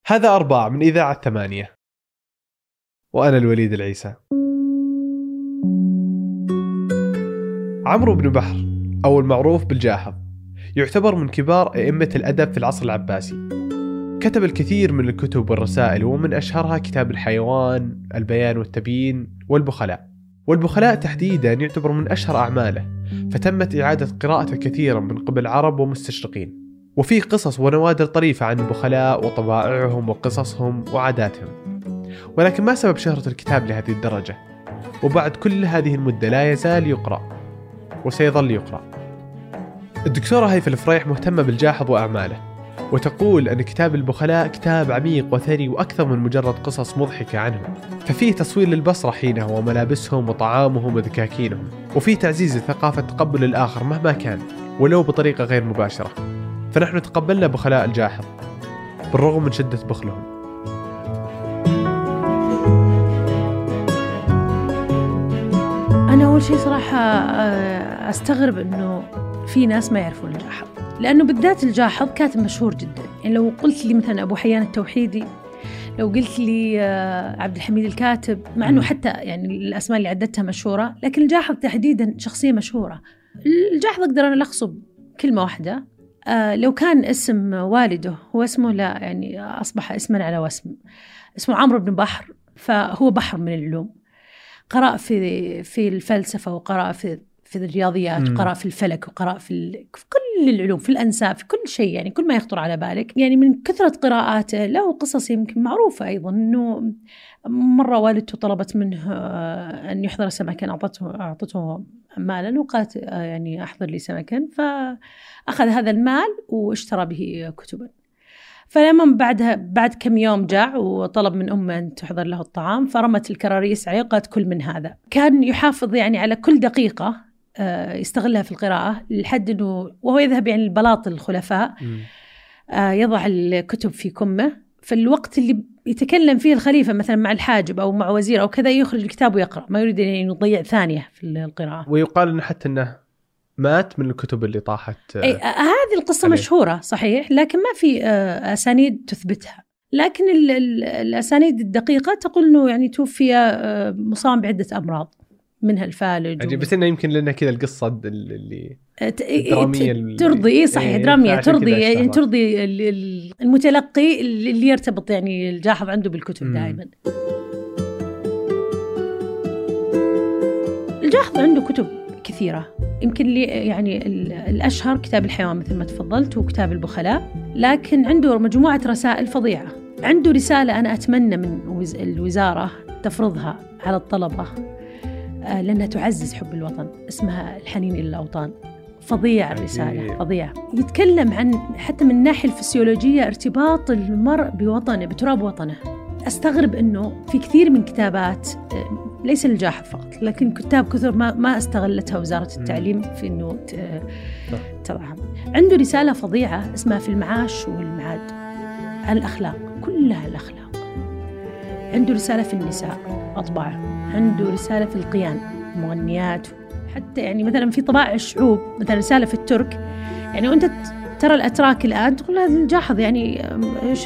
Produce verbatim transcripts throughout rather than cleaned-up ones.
هذا أرباع من إذاعة ثمانية، وأنا الوليد العيسى. عمرو بن بحر أو المعروف بالجاحظ يعتبر من كبار أئمة الأدب في العصر العباسي. كتب الكثير من الكتب والرسائل، ومن أشهرها كتاب الحيوان، البيان والتبيين، والبخلاء. والبخلاء تحديدا يعتبر من أشهر أعماله، فتمت إعادة قراءته كثيرا من قبل عرب ومستشرقين. وفيه قصص ونوادر طريفة عن البخلاء وطبائعهم وقصصهم وعاداتهم. ولكن ما سبب شهرة الكتاب لهذه الدرجة؟ وبعد كل هذه المدة لا يزال يقرأ وسيظل يقرأ. الدكتورة هيفا الفريح مهتمة بالجاحظ وأعماله، وتقول أن كتاب البخلاء كتاب عميق وثري وأكثر من مجرد قصص مضحكة عنهم، ففيه تصوير للبصرة حينه وملابسهم وطعامهم وذكاكينهم، وفيه تعزيز ثقافة تقبل الآخر مهما كان ولو بطريقة غير مباشرة. فنحن تقبلنا بخلاء الجاحظ بالرغم من شدة بخلهم. أنا أول شيء صراحة أستغرب أنه في ناس ما يعرفون الجاحظ، لأنه بالذات الجاحظ كاتب مشهور جدا. يعني لو قلت لي مثلا أبو حيان التوحيدي، لو قلت لي عبد الحميد الكاتب، مع أنه حتى يعني الأسماء اللي عدتها مشهورة، لكن الجاحظ تحديدا شخصية مشهورة. الجاحظ أقدر أنا ألخصه بكلمة واحدة، آه لو كان اسم والده هو اسمه، لا يعني أصبح اسما على واسم، اسمه عمرو بن بحر، فهو بحر من العلوم. قرأ في في الفلسفة، وقرأ في في الرياضيات، وقرأ في الفلك، وقرأ في, ال... في كل العلوم، في الأنساب، في كل شيء، يعني كل ما يخطر على بالك. يعني من كثرة قراءاته له قصص يمكن معروفة أيضا، إنه مرة والدته طلبت منه أن يحضر سمكا، أعطته أعطته مالا وقالت يعني أحضر لي سمكا، فأخذ هذا المال واشترى به كتبا. فلما بعدها بعد كم يوم جاع وطلب من أمه أن تحضر له الطعام، فرمت الكراريس عليه وقالت كل من هذا. كان يحافظ يعني على كل دقيقة يستغلها في القراءة، لحد أنه وهو يذهب يعني البلاط الخلفاء يضع الكتب في كمه، في الوقت اللي يتكلم فيه الخليفة مثلا مع الحاجب أو مع وزير أو كذا يخرج الكتاب ويقرأ، ما يريد أن يضيع ثانية في القراءة. ويقال أنه حتى أنه مات من الكتب اللي طاحت. أي هذه القصة عليه. مشهورة صحيح، لكن ما في أسانيد تثبتها. لكن ال ال الأسانيد الدقيقة تقول أنه يعني توفي مصاب بعدة أمراض منها الفالج. يعني بس إنه يمكن لنا كذا القصة اللي درامية ترضي إيه صحيح إيه درامية ترضي يعني ترضي المتلقي اللي يرتبط يعني الجاحظ عنده بالكتب م. دائما. الجاحظ عنده كتب كثيرة، يمكن لي يعني الأشهر كتاب الحيوان مثل ما تفضلت، وكتاب البخلاء، لكن عنده مجموعة رسائل فظيعة. عنده رسالة أنا أتمنى من الوزارة تفرضها على الطلبة لأنها تعزز حب الوطن، اسمها الحنين إلى الأوطان. فظيع الرسالة، فظيع. يتكلم عن حتى من الناحية الفسيولوجية ارتباط المرء بوطنه، بتراب وطنه. أستغرب أنه في كثير من كتابات ليس الجاحظ فقط، لكن كتاب كثر ما ما استغلتها وزارة التعليم في أنه تضعها. عنده رسالة فظيعة اسمها في المعاش والمعاد عن الأخلاق، كلها الأخلاق. عنده رسالة في النساء أطباع، عنده رسالة في القيان، مغنيات، حتى يعني مثلا في طباع الشعوب، مثلا رسالة في الترك. يعني وأنت ترى الأتراك الآن تقول هذا الجاحظ يعني إيش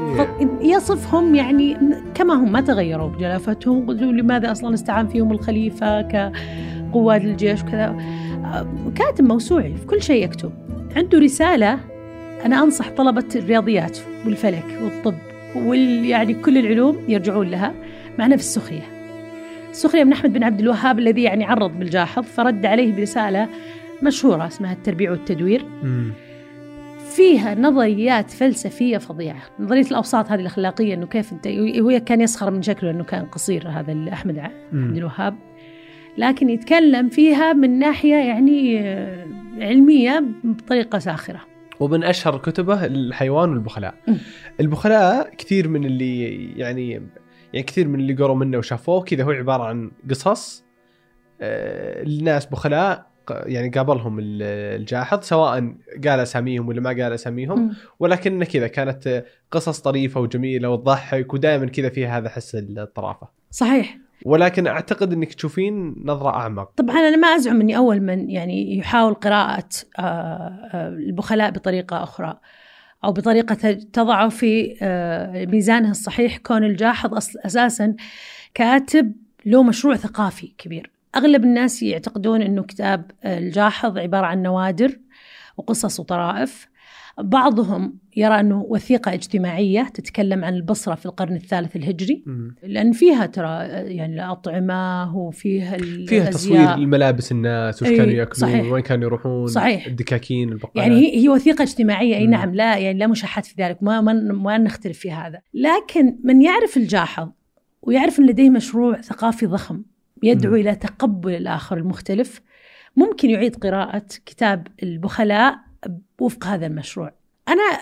يصفهم يعني كما هم، ما تغيروا بجلافتهم. قلوا لماذا أصلا استعان فيهم الخليفة كقواد الجيش وكذا. كاتب موسوعي في كل شيء يكتب. عنده رسالة، أنا أنصح طلبة الرياضيات والفلك والطب وال يعني كل العلوم يرجعون لها، معنا في السخرية. السخرية من أحمد بن عبد الوهاب الذي يعني عرض بالجاحظ، فرد عليه برسالة مشهورة اسمها التربيع والتدوير. م. فيها نظريات فلسفية فظيعة، نظرية الأوساط هذه الأخلاقية، إنه كيف أنت، هو كان يسخر من شكله إنه كان قصير هذا أحمد عبد الوهاب، لكن يتكلم فيها من ناحية يعني علمية بطريقة ساخرة. ومن أشهر كتبه الحيوان والبخلاء. م. البخلاء كثير من اللي يعني يعني كثير من اللي قروا منه وشافوه كذا هو عبارة عن قصص آه الناس بخلاء يعني قابلهم الجاحظ، سواء قال أساميهم ولا ما قال أساميهم، ولكن كذا كانت قصص طريفة وجميلة وتضحك، ودائما كذا فيها هذا حس الطرافة. صحيح. ولكن أعتقد أنك تشوفين نظرة أعمق. طبعا أنا ما أزعم أني أول من يعني يحاول قراءة البخلاء بطريقة أخرى أو بطريقة تضعه في ميزانه الصحيح، كون الجاحظ أساساً كاتب له مشروع ثقافي كبير. أغلب الناس يعتقدون أنه كتاب الجاحظ عبارة عن نوادر وقصص وطرائف، بعضهم يرى أنه وثيقة اجتماعية تتكلم عن البصرة في القرن الثالث الهجري، لأن فيها ترى يعني الأطعمة وفيها فيها تصوير الملابس الناس وش كانوا يأكلون وين كانوا يروحون، صحيح. الدكاكين البقالات، يعني هي هي وثيقة اجتماعية. أي نعم، لا يعني لا مشاحات في ذلك، ما ما, ما نختلف في هذا. لكن من يعرف الجاحظ ويعرف أن لديه مشروع ثقافي ضخم يدعو م. إلى تقبل الآخر المختلف، ممكن يعيد قراءة كتاب البخلاء وفق هذا المشروع. أنا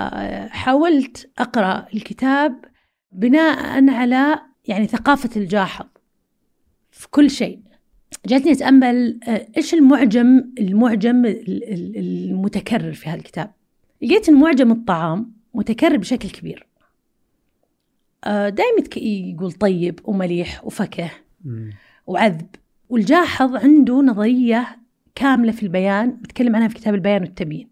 حاولت أقرأ الكتاب بناء على يعني ثقافة الجاحظ في كل شيء. جاتني أتأمل إيش المعجم المعجم المتكرر في هذا الكتاب. لقيت المعجم الطعام متكرر بشكل كبير، دائما يقول طيب ومليح وفكه وعذب. والجاحظ عنده نظرية كاملة في البيان بتكلم عنها في كتاب البيان والتبيين.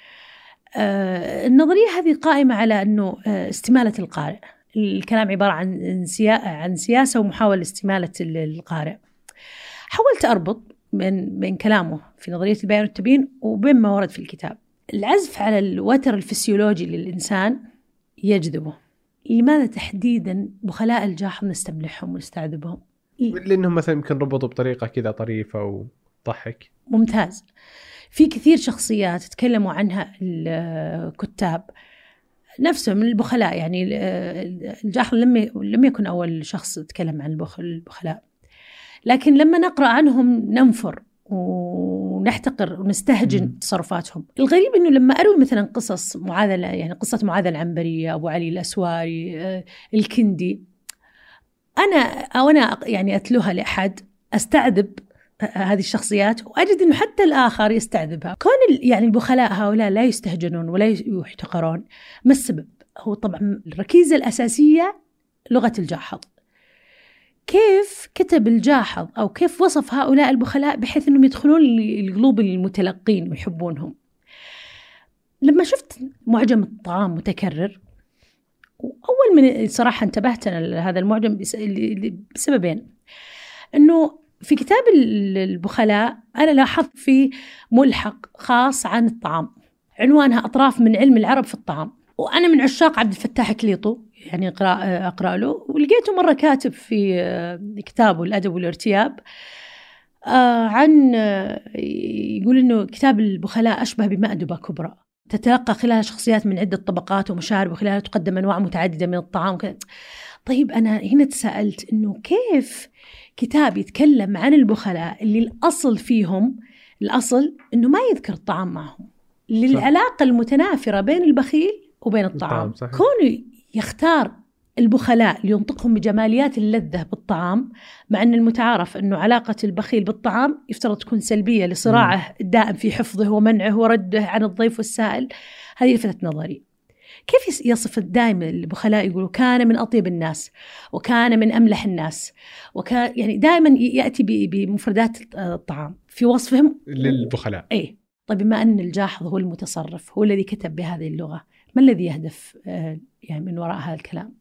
آه النظرية هذه قائمة على أنه آه استمالة القارئ. الكلام عبارة عن سيا عن سياسة ومحاولة استمالة القارئ. حاولت أربط بين بين كلامه في نظرية البيان والتبيين وبين ما ورد في الكتاب. العزف على الوتر الفسيولوجي للإنسان يجذبه. لماذا تحديدا بخلاء الجاحظ نستملحهم ونستعذبهم؟ لأنهم مثلا يمكن ربطوا بطريقة كذا طريفة وضحك. ممتاز. في كثير شخصيات تكلموا عنها الكتاب نفسهم البخلاء. يعني الجاحظ لم لم يكن أول شخص تكلم عن البخلاء، لكن لما نقرأ عنهم ننفر ونحتقر ونستهجن تصرفاتهم. الغريب إنه لما أروي مثلا قصص معاذ، يعني قصة معاذ العنبرية، أبو علي الأسواري، الكندي، أنا أو أنا يعني أتلوها لأحد أستعذب هذه الشخصيات وأجد أنه حتى الآخر يستعذبها. كون يعني البخلاء هؤلاء لا يستهجنون ولا يحتقرون، ما السبب؟ هو طبعا الركيزة الأساسية لغة الجاحظ. كيف كتب الجاحظ أو كيف وصف هؤلاء البخلاء بحيث أنهم يدخلون لقلوب المتلقين ويحبونهم؟ لما شفت معجم الطعام متكرر، وأول من صراحة انتبهت أنا لهذا المعجم بسببين. أنه في كتاب البخلاء أنا لاحظت فيه ملحق خاص عن الطعام، عنوانها أطراف من علم العرب في الطعام، وأنا من عشاق عبد الفتاح كليطو، يعني أقرأ, أقرأ له. ولقيته مرة كاتب في كتابه الأدب والارتياب عن يقول إنه كتاب البخلاء أشبه بمأدبة كبرى تتلقى خلالها شخصيات من عدة طبقات ومشارب، وخلالها تقدم أنواع متعددة من الطعام وكذا. طيب أنا هنا تساءلت إنه كيف كتاب يتكلم عن البخلاء اللي الأصل فيهم، الأصل إنه ما يذكر الطعام معهم، للعلاقة المتنافرة بين البخيل وبين الطعام. كونه يختار البخلاء لينطقهم بجماليات اللذة بالطعام، مع أن المتعارف أنه علاقة البخيل بالطعام يفترض تكون سلبية لصراعه الدائم في حفظه ومنعه ورده عن الضيف والسائل. هذه لفتت نظري. كيف يصف دائما البخلاء؟ يقولوا كان من أطيب الناس وكان من أملح الناس، وكان يعني دائما يأتي بمفردات الطعام في وصفهم للبخلاء. أي طيب، بما أن الجاحظ هو المتصرف، هو الذي كتب بهذه اللغة، ما الذي يهدف يعني من وراء هذا الكلام؟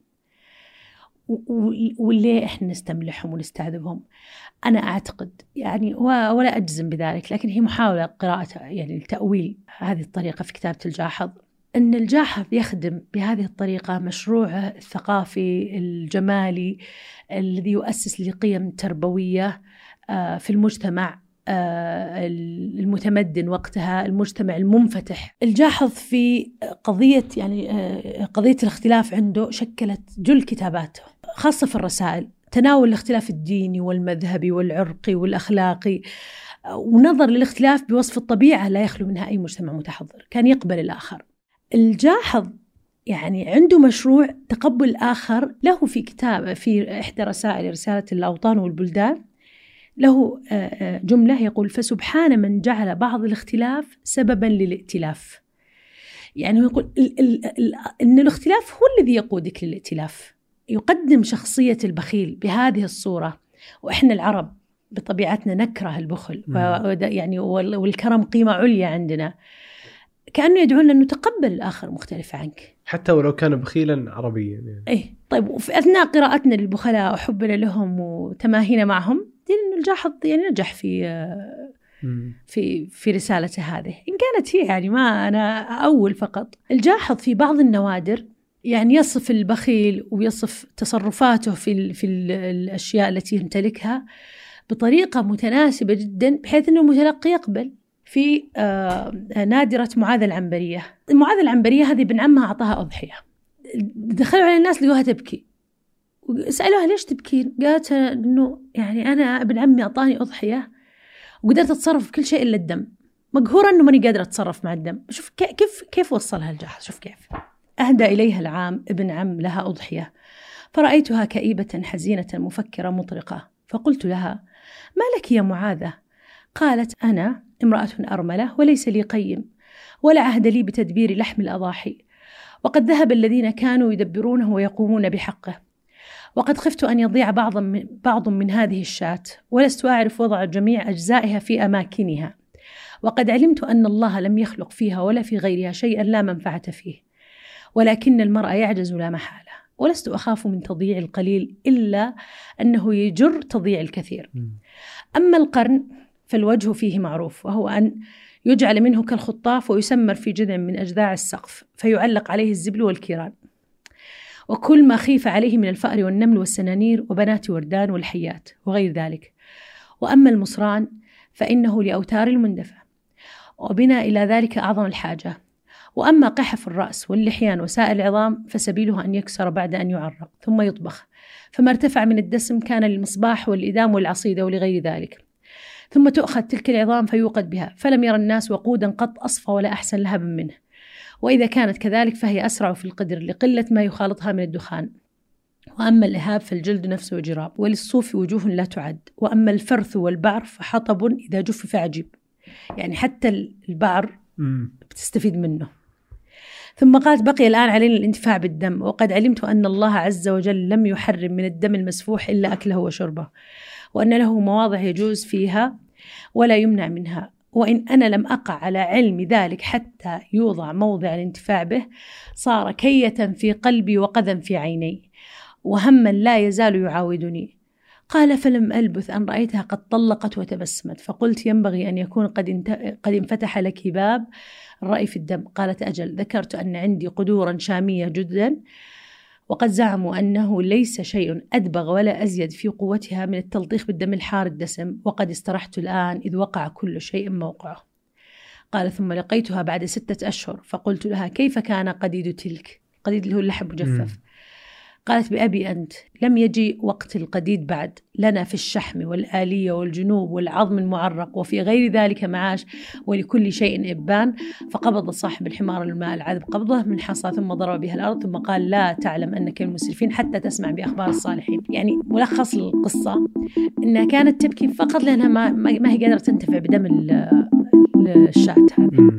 واللي إحنا نستملحهم ونستعذبهم؟ أنا أعتقد يعني ولا أجزم بذلك، لكن هي محاولة قراءة يعني التأويل هذه الطريقة في كتابة الجاحظ، أن الجاحظ يخدم بهذه الطريقة مشروعه الثقافي الجمالي الذي يؤسس لقيم تربوية في المجتمع المتمدن وقتها، المجتمع المنفتح. الجاحظ في قضية يعني قضية الاختلاف عنده شكلت جل كتاباته، خاصة في الرسائل، تناول الاختلاف الديني والمذهبي والعرقي والأخلاقي، ونظر للاختلاف بوصف الطبيعة لا يخلو منها أي مجتمع متحضر، كان يقبل الآخر. الجاحظ يعني عنده مشروع تقبل الآخر. له في كتاب في إحدى رسائل رسالة الأوطان والبلدان له جملة يقول: فسبحان من جعل بعض الاختلاف سببا للائتلاف. يعني يقول إن الاختلاف هو الذي يقودك للائتلاف. يقدم شخصية البخيل بهذه الصورة، وإحنا العرب بطبيعتنا نكره البخل يعني والكرم قيمة عليا عندنا. كأنه يدعون أنه تقبل الآخر مختلف عنك حتى ولو كان بخيلا عربيا يعني. إيه طيب، وفي أثناء قراءتنا للبخلاء وحبنا لهم وتماهينا معهم إنه الجاحظ يعني نجح في في في رسالته هذه، إن كانت هي يعني ما أنا أول فقط. الجاحظ في بعض النوادر يعني يصف البخيل ويصف تصرفاته في في الأشياء التي يمتلكها بطريقة متناسبة جدا بحيث أنه المتلقي يقبل. في نادرة معاذ العنبرية، معاذ العنبرية هذه ابن عمها أعطاها أضحية، دخلوا على الناس لقوها تبكي وسألوها ليش تبكين؟ قالت أنه يعني أنا ابن عمي أعطاني أضحية وقدرت أتصرف بكل شيء إلا الدم، مقهورة أنه ماني قادرة أتصرف مع الدم. شوف كيف كيف وصلها الجاحظ، شوف كيف أهدى إليها العام ابن عم لها أضحية، فرأيتها كئيبة حزينة مفكرة مطرقة، فقلت لها ما لك يا معاذة؟ قالت أنا امرأة أرملة وليس لي قيم ولا عهد لي بتدبير لحم الأضاحي، وقد ذهب الذين كانوا يدبرونه ويقومون بحقه، وقد خفت أن يضيع بعض من, بعض من هذه الشاة، ولست أعرف وضع جميع أجزائها في أماكنها، وقد علمت أن الله لم يخلق فيها ولا في غيرها شيئا لا منفعة فيه، ولكن المرء يعجز لا محالة، ولست أخاف من تضييع القليل إلا أنه يجر تضييع الكثير. أما القرن فالوجه فيه معروف، وهو أن يجعل منه كالخطاف ويسمر في جذع من أجذاع السقف فيعلق عليه الزبل والكيران وكل ما خيف عليه من الفأر والنمل والسنانير وبنات وردان والحيات وغير ذلك. وأما المصران فإنه لأوتار المندفة وبنا إلى ذلك أعظم الحاجة. وأما قحف الرأس واللحيان وسائل العظام فسبيله أن يكسر بعد أن يعرق ثم يطبخ، فما ارتفع من الدسم كان للمصباح والإدام والعصيدة ولغير ذلك، ثم تؤخذ تلك العظام فيوقد بها، فلم ير الناس وقودا قط أصفى ولا أحسن لهبا منه، وإذا كانت كذلك فهي أسرع في القدر لقلة ما يخالطها من الدخان. وأما اللهاب فالجلد نفسه جراب، وللصوف وجوه لا تعد. وأما الفرث والبعر فحطب إذا جف عجيب، يعني حتى البعر بتستفيد منه. ثم قالت بقي الآن علينا الانتفاع بالدم، وقد علمت أن الله عز وجل لم يحرم من الدم المسفوح إلا أكله وشربه، وأن له مواضع يجوز فيها ولا يمنع منها، وإن أنا لم أقع على علم ذلك حتى يوضع موضع الانتفاع به صار كية في قلبي وقذا في عيني وهما لا يزال يعاودني. قال فلم ألبث أن رأيتها قد طلقت وتبسمت، فقلت ينبغي أن يكون قد, انت... قد انفتح لك باب الرأي في الدم. قالت أجل، ذكرت أن عندي قدورا شامية جدا، وقد زعموا أنه ليس شيء أدبغ ولا أزيد في قوتها من التلطيخ بالدم الحار الدسم، وقد استرحت الآن إذ وقع كل شيء موقعه. قال ثم لقيتها بعد ستة أشهر فقلت لها كيف كان قديد تلك؟ قديد اللي هو اللحم مجفف. قالت بأبي أنت لم يجي وقت القديد بعد، لنا في الشحم والآلية والجنوب والعظم المعرق وفي غير ذلك معاش، ولكل شيء إبان. فقبض صاحب الحمار الماء العذب قبضه من حصى ثم ضرب بها الأرض، ثم قال لا تعلم أنك من المسرفين حتى تسمع بأخبار الصالحين. يعني ملخص القصة إنها كانت تبكي فقط لأنها ما, ما هي قادرة تنتفع بدم الشاة هذه.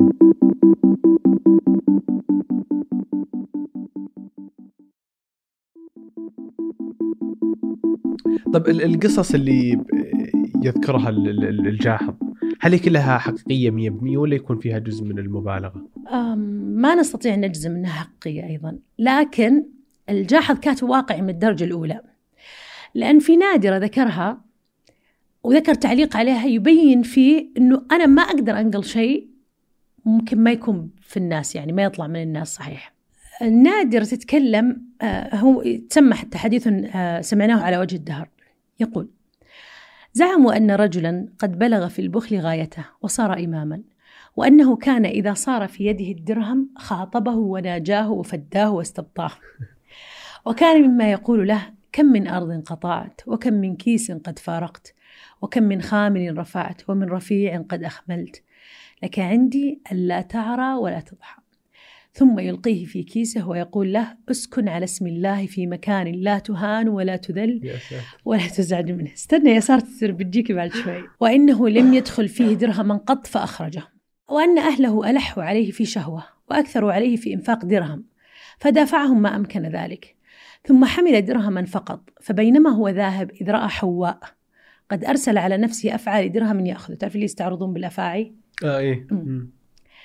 طب القصص اللي يذكرها الجاحظ هل هي كلها حقيقية مية بالمية ولا يكون فيها جزء من المبالغة؟ ما نستطيع نجزم أنها حقيقية أيضا، لكن الجاحظ كانت واقعي من الدرجة الأولى، لأن في نادرة ذكرها وذكر تعليق عليها يبين فيه أنه أنا ما أقدر أنقل شيء ممكن ما يكون في الناس، يعني ما يطلع من الناس صحيح. النادر تتكلم آه هو تسمى حتى حديث آه سمعناه على وجه الدهر، يقول زعموا أن رجلا قد بلغ في البخل غايته وصار إماما، وأنه كان إذا صار في يده الدرهم خاطبه وناجاه وفداه واستبطاه، وكان مما يقول له كم من أرض قطعت وكم من كيس قد فارقت وكم من خامل رفعت ومن رفيع قد أخملت، لك عندي ألا تعرى ولا تضحى. ثم يلقيه في كيسه ويقول له اسكن على اسم الله في مكان لا تهان ولا تذل ولا تزعج منه. استنى يا سارة تصير بتجيك بعد شوي. وإنه لم يدخل فيه درهم قط فأخرجه، وأن أهله ألحوا عليه في شهوة وأكثروا عليه في إنفاق درهم فدافعهم ما أمكن ذلك، ثم حمل درهما فقط، فبينما هو ذاهب إذ رأى حواء قد أرسل على نفسه أفعال درهم يأخذ. تعرف اللي يستعرضون بالأفاعي؟ آه إيه.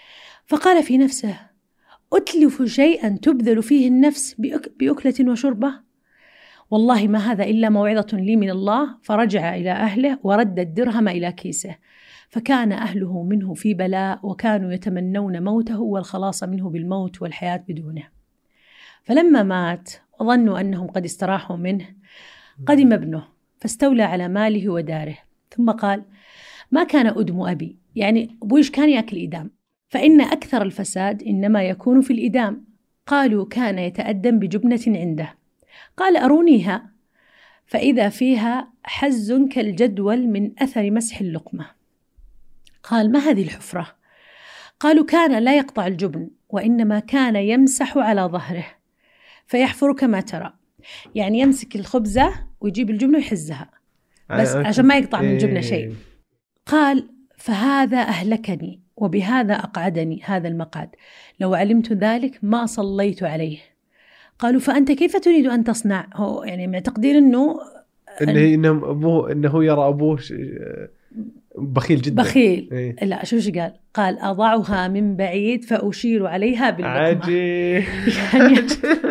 فقال في نفسه: أتلف شيئا تبذل فيه النفس بأك بأكلة وشربة؟ والله ما هذا إلا موعظة لي من الله. فرجع إلى أهله ورد الدرهم إلى كيسه، فكان أهله منه في بلاء، وكانوا يتمنون موته والخلاص منه بالموت والحياة بدونه. فلما مات وظنوا أنهم قد استراحوا منه، قدم ابنه فاستولى على ماله وداره، ثم قال: ما كان أدم أبي، يعني أبويش كان يأكل إدام، فإن أكثر الفساد إنما يكون في الإدام. قالوا: كان يتأدم بجبنة عنده. قال: أرونيها. فإذا فيها حز كالجدول من أثر مسح اللقمة. قال: ما هذه الحفرة؟ قالوا: كان لا يقطع الجبن، وإنما كان يمسح على ظهره فيحفر كما ترى، يعني يمسك الخبزة ويجيب الجبنة ويحزها بس عشان ما يقطع من الجبنة شيء. قال: فهذا أهلكني وبهذا أقعدني هذا المقعد، لو علمت ذلك ما صليت عليه. قالوا: فأنت كيف تريد أن تصنع؟ هو يعني معتقدين أنه إنه إنه أبوه إنه يرى أبوه بخيل جدا. بخيل. إيه؟ لا، شو قال؟ قال: أضعها من بعيد فأشير عليها باللقمة. عجيب. يعني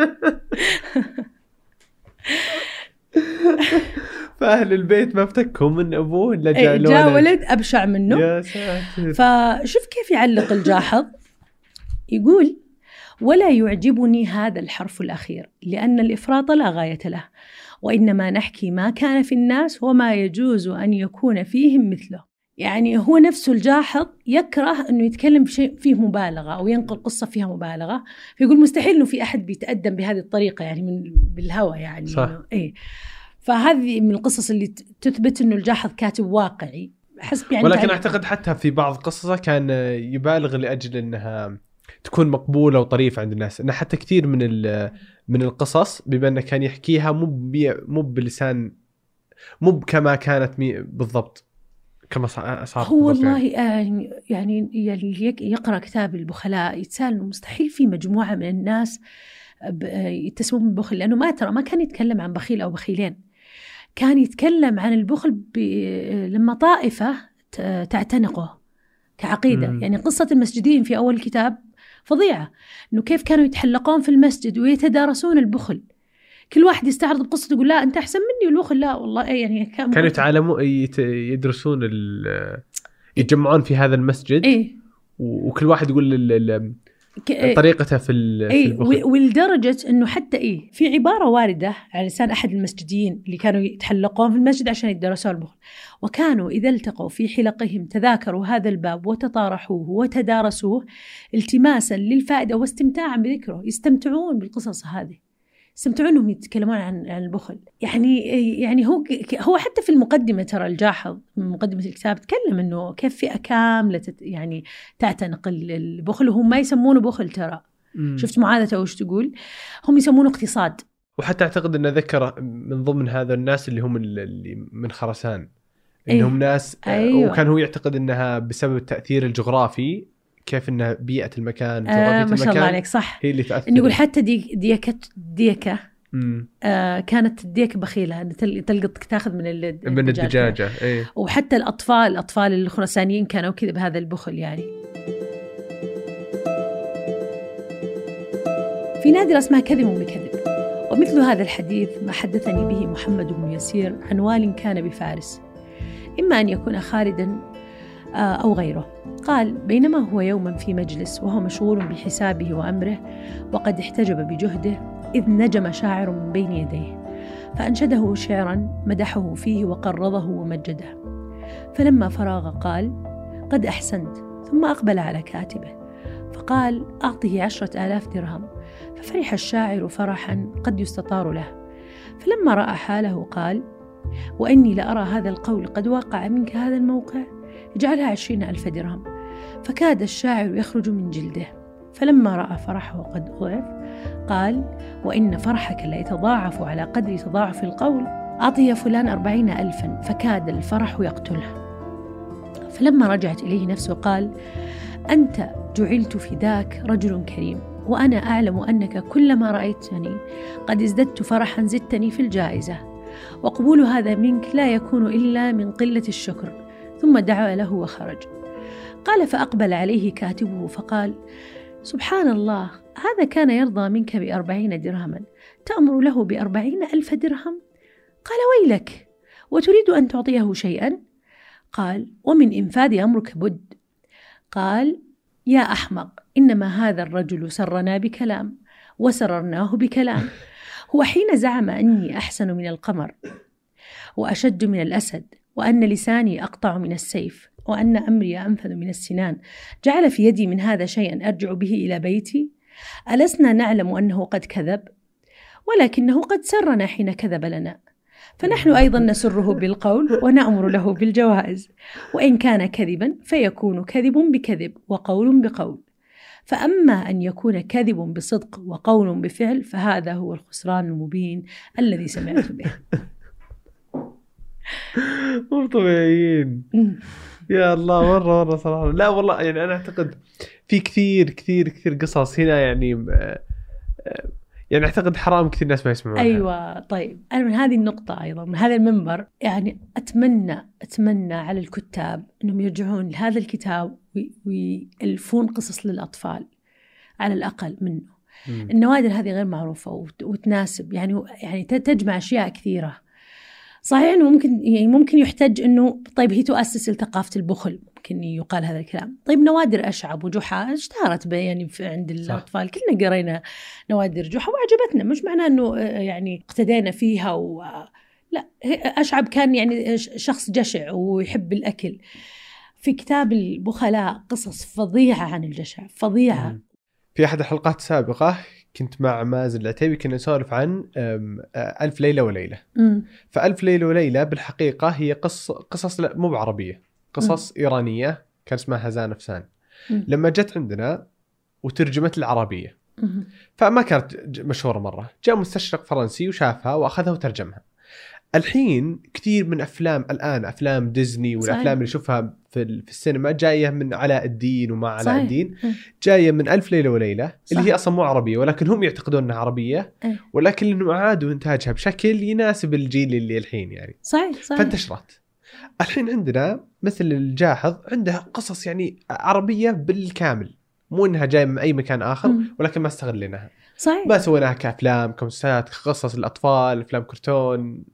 فأهل البيت ما افتكوا من أبوه إلا جاء ولد. جاء ولد أبشع منه. يا ساتر. فشوف كيف يعلق الجاحظ، يقول: ولا يعجبني هذا الحرف الأخير، لأن الإفراط لا غاية له، وإنما نحكي ما كان في الناس وما يجوز أن يكون فيهم مثله. يعني هو نفسه الجاحظ يكره أنه يتكلم بشيء فيه مبالغة أو ينقل قصة فيها مبالغة، فيقول مستحيل أنه في أحد بيتقدم بهذه الطريقة يعني من بالهوى يعني. صح. إيه. فهذه من القصص اللي تثبت أنه الجاحظ كاتب واقعي حسب يعني. ولكن أعتقد حتى في بعض قصصه كان يبالغ لأجل أنها تكون مقبولة وطريفة عند الناس. إنه حتى كثير من من القصص بما أنه كان يحكيها مو مو بلسان مو كما كانت بالضبط كما صارت. هو والله يعني يعني يقرأ كتاب البخلاء يتساءل إنه مستحيل في مجموعة من الناس يتسمون بالبخل، لأنه ما ترى ما كان يتكلم عن بخيل أو بخيلين، كان يتكلم عن البخل لما طائفة تعتنقه كعقيدة. م. يعني قصة المسجدين في أول الكتاب فظيعة، إنه كيف كانوا يتحلقون في المسجد ويتدارسون البخل، كل واحد يستعرض بقصته يقول لا أنت أحسن مني، والبخل لا والله يعني كان كانوا يتعلموا يدرسون يتجمعون في هذا المسجد. إيه؟ وكل واحد يقول طريقته في البخل. إيه؟ ولدرجة إنه حتى إيه في عبارة واردة على لسان أحد المسجدين اللي كانوا يتحلقون في المسجد عشان يدرسوا البخل: وكانوا إذا التقوا في حلقهم تذاكروا هذا الباب وتطارحوه وتدارسوه التماسا للفائدة واستمتاعا بذكره. يستمتعون بالقصص هذه، يستمتعونهم يتكلمون عن عن البخل. يعني يعني هو هو حتى في المقدمة ترى الجاحظ من مقدمة الكتاب تكلم إنه كيف فئة كاملة يعني تعتنق البخل، وهم ما يسمونه بخل ترى. مم. شفت معادته وش تقول؟ هم يسمونه اقتصاد. وحتى أعتقد أنه ذكر من ضمن هذا الناس اللي هم اللي من خراسان إنهم أيه. ناس أيوة. وكان هو يعتقد أنها بسبب التأثير الجغرافي، كيف إن بيئة المكان آه جغرافية ما شاء المكان الله عليك صح. هي اللي تأثر. نقول حتى دي ديكة ديكة آه كانت الديكة بخيلة، تلقط تاخذ من الدجاجة من الدجاجة. إيه. وحتى الأطفال الأطفال الخراسانيين كانوا كذا بهذا البخل يعني. في نادرة اسمها كذب بكذب. ومثل هذا الحديث ما حدثني به محمد بن يسير عن وال كان بفارس، إما أن يكون خالدا أو غيره. قال: بينما هو يوما في مجلس وهو مشغول بحسابه وأمره وقد احتجب بجهده، إذ نجم شاعر من بين يديه فأنشده شعرا مدحه فيه وقرضه ومجده. فلما فرغ قال: قد أحسنت. ثم أقبل على كاتبه فقال: أعطه عشرة آلاف درهم. ففرح الشاعر فرحا قد يستطار له. فلما رأى حاله قال: وإني لأرى هذا القول قد وقع منك هذا الموقع، اجعلها عشرين ألف درهم. فكاد الشاعر يخرج من جلده. فلما رأى فرحه قد أضعف قال: وإن فرحك لا يتضاعف على قدر تضاعف القول، أعطي فلان أربعين ألفا. فكاد الفرح يقتله. فلما رجعت إليه نفسه قال: أنت جعلت في ذاك رجل كريم، وأنا أعلم أنك كلما رأيتني قد ازددت فرحا زدتني في الجائزة، وقبول هذا منك لا يكون إلا من قلة الشكر. ثم دعا له وخرج. قال: فأقبل عليه كاتبه فقال: سبحان الله، هذا كان يرضى منك بأربعين درهما، تأمر له بأربعين ألف درهم؟ قال: ويلك، وتريد أن تعطيه شيئا؟ قال: ومن إنفاذ أمرك بد. قال: يا أحمق، إنما هذا الرجل سرنا بكلام وسررناه بكلام. هو حين زعم أني أحسن من القمر وأشد من الأسد، وأن لساني أقطع من السيف، وأن أمري أنفذ من السنان، جعل في يدي من هذا شيئا أرجع به إلى بيتي؟ ألسنا نعلم أنه قد كذب؟ ولكنه قد سرنا حين كذب لنا، فنحن أيضا نسره بالقول ونأمر له بالجوائز، وإن كان كذبا فيكون كذب بكذب وقول بقول، فأما أن يكون كذب بصدق وقول بفعل فهذا هو الخسران المبين الذي سمعت به. مو طبيعيين يا الله، مرة مرة صراحة. لا والله يعني أنا أعتقد في كثير كثير كثير قصص هنا، يعني يعني أعتقد حرام كثير ناس ما يسمعونها. أيوة. طيب أنا من هذه النقطة أيضا، من هذا المنبر، يعني أتمنى أتمنى على الكتاب أنهم يرجعون لهذا الكتاب ويألفون قصص للأطفال على الأقل منه. م. النوادر هذه غير معروفة وتناسب، يعني يعني تجمع أشياء كثيرة. صحيح أنه ممكن يعني ممكن يحتج أنه طيب هي تؤسس لثقافة البخل، ممكن يقال هذا الكلام. طيب نوادر أشعب وجحا اشتهرت يعني عند الأطفال، كلنا قرينا نوادر جحا وعجبتنا، مش معناه أنه يعني اقتدينا فيها و... لا، أشعب كان يعني شخص جشع ويحب الأكل. في كتاب البخلاء قصص فظيعة عن الجشع، فظيعة. في أحد الحلقات السابقة كنت مع مازن العتيبي كنا نسولف عن ألف ليلة وليلة. م. فألف ليلة وليلة بالحقيقة هي قص قصص مو بعربية، قصص م. إيرانية كان اسمها هزان نفسان. م. لما جت عندنا وترجمت العربية م. فما كانت مشهورة مرة، جاء مستشرق فرنسي وشافها وأخذها وترجمها. الحين كثير من أفلام الآن أفلام ديزني والأفلام صحيح. اللي شوفها في في السينما جاية من علاء الدين وما علاء صحيح. الدين جاية من ألف ليلة وليلة صحيح. اللي هي أصلا مو عربية، ولكن هم يعتقدون أنها عربية، ولكن إنهم أعادوا إنتاجها بشكل يناسب الجيل اللي الحين يعني صحيح. صحيح. فانتشرت. الحين عندنا مثل الجاحظ عندها قصص يعني عربية بالكامل، مو إنها جاية من أي مكان آخر م. ولكن ما استغلناها صحيح. ما سويناها كأفلام كمسلسلات قصص الأطفال أفلام كرتون.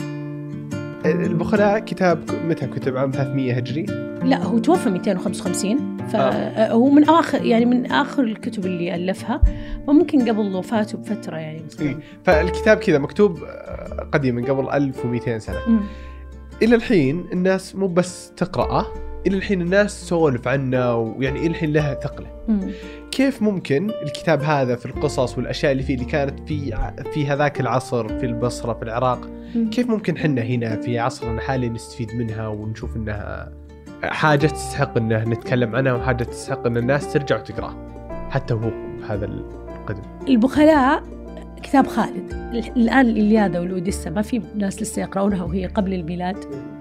البخلاء كتاب متى كتب؟ عام ثلاثمية هجري؟ لا هو توفى مئتين وخمسة وخمسين، فهو آه. من آخر يعني من آخر الكتب اللي ألفها، وممكن قبل وفاته بفترة يعني. إيه. فالكتاب كذا مكتوب قديم من قبل ألف ومئتين سنة. م. إلى الحين الناس مو بس تقرأه، إلى الحين الناس سولف عنه، ويعني إلى الحين لها ثقله. م. كيف ممكن الكتاب هذا في القصص والأشياء اللي فيه اللي كانت في في هذاك العصر في البصرة في العراق، م. كيف ممكن حنا هنا في عصرنا الحالي نستفيد منها ونشوف إنها حاجة تستحق إنه نتكلم عنها وحاجة تستحق إن الناس ترجع وتقرأ حتى هو هذا القدم. البخلاء كتاب خالد. الآن الإلياذة والأوديسة ما في ناس لسه يقرؤونها وهي قبل الميلاد.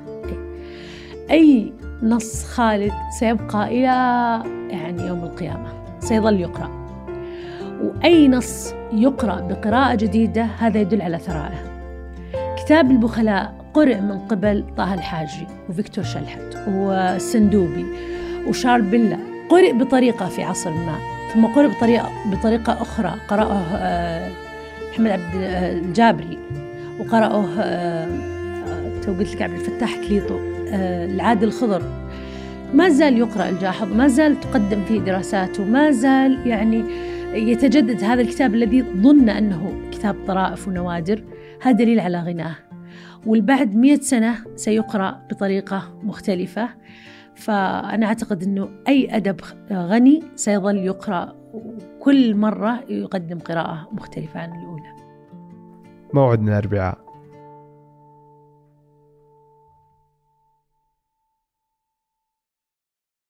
أي نص خالد سيبقى إلى يعني يوم القيامة، سيظل يقرأ، وأي نص يقرأ بقراءة جديدة هذا يدل على ثرائه. كتاب البخلاء قرأ من قبل طه الحاجي وفيكتور شلحت والسندوبي وشارل بيلا، قرأ بطريقة في عصر ما، ثم قرأ بطريقة, بطريقة أخرى قرأه محمد عبد الجابري، وقرأه توقيت لك عبد الفتاح كليطو، العادل الخضر. ما زال يقرأ الجاحظ، ما زال تقدم فيه دراسات، وما زال يعني يتجدد هذا الكتاب الذي ظن أنه كتاب طرائف ونوادر. هذا دليل على غناه، والبعد مئة سنة سيقرأ بطريقة مختلفة. فأنا أعتقد أنه أي أدب غني سيظل يقرأ، وكل مرة يقدم قراءة مختلفة عن الأولى. موعدنا الأربعاء.